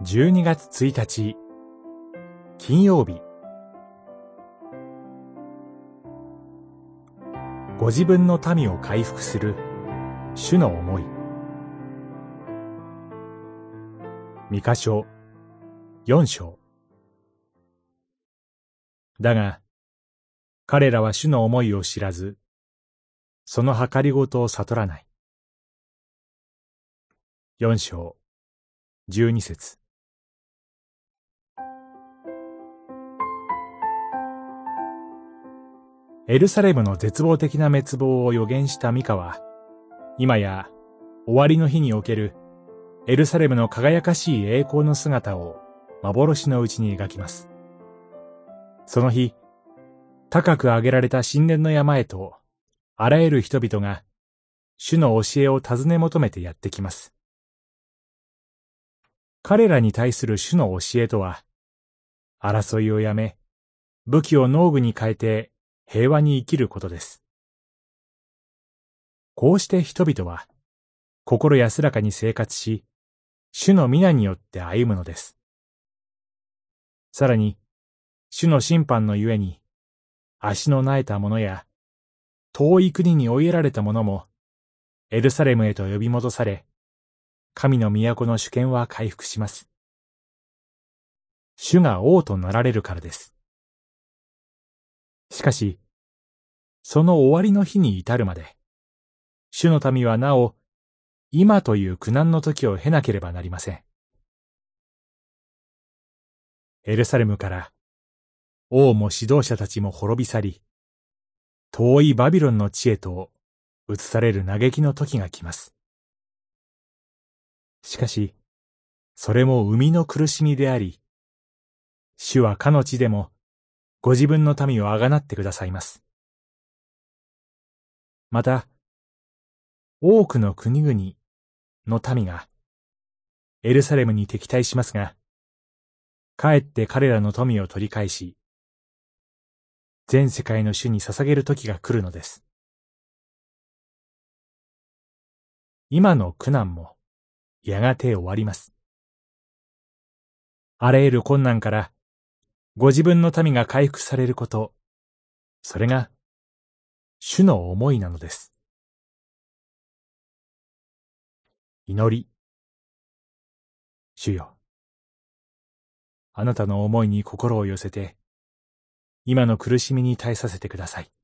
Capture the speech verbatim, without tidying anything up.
じゅうにがつついたち金曜日。ご自分の民を回復する主の思い。ミカ書よん章。だが彼らは主の思いを知らず、その計りごとを悟らない。よん章じゅうに節。エルサレムの絶望的な滅亡を予言したミカは、今や終わりの日におけるエルサレムの輝かしい栄光の姿を幻のうちに描きます。その日、高く上げられた神殿の山へと、あらゆる人々が主の教えを尋ね求めてやってきます。彼らに対する主の教えとは、争いをやめ、武器を農具に変えて平和に生きることです。こうして人々は、心安らかに生活し、主の皆によって歩むのです。さらに、主の審判のゆえに、足の苗えた者や、遠い国に追いやられた者も、エルサレムへと呼び戻され、神の都の主権は回復します。主が王となられるからです。しかし、その終わりの日に至るまで、主の民はなお、今という苦難の時を経なければなりません。エルサレムから、王も指導者たちも滅び去り、遠いバビロンの地へと移される嘆きの時が来ます。しかし、それも生みの苦しみであり、主はかの地でもご自分の民をあがなってくださいます。また、多くの国々の民がエルサレムに敵対しますが、かえって彼らの富を取り返し、全世界の主に捧げる時が来るのです。今の苦難もやがて終わります。あらゆる困難からご自分の民が回復されること、それが主の思いなのです。祈り。主よ、あなたの思いに心を寄せて、今の苦しみに耐えさせてください。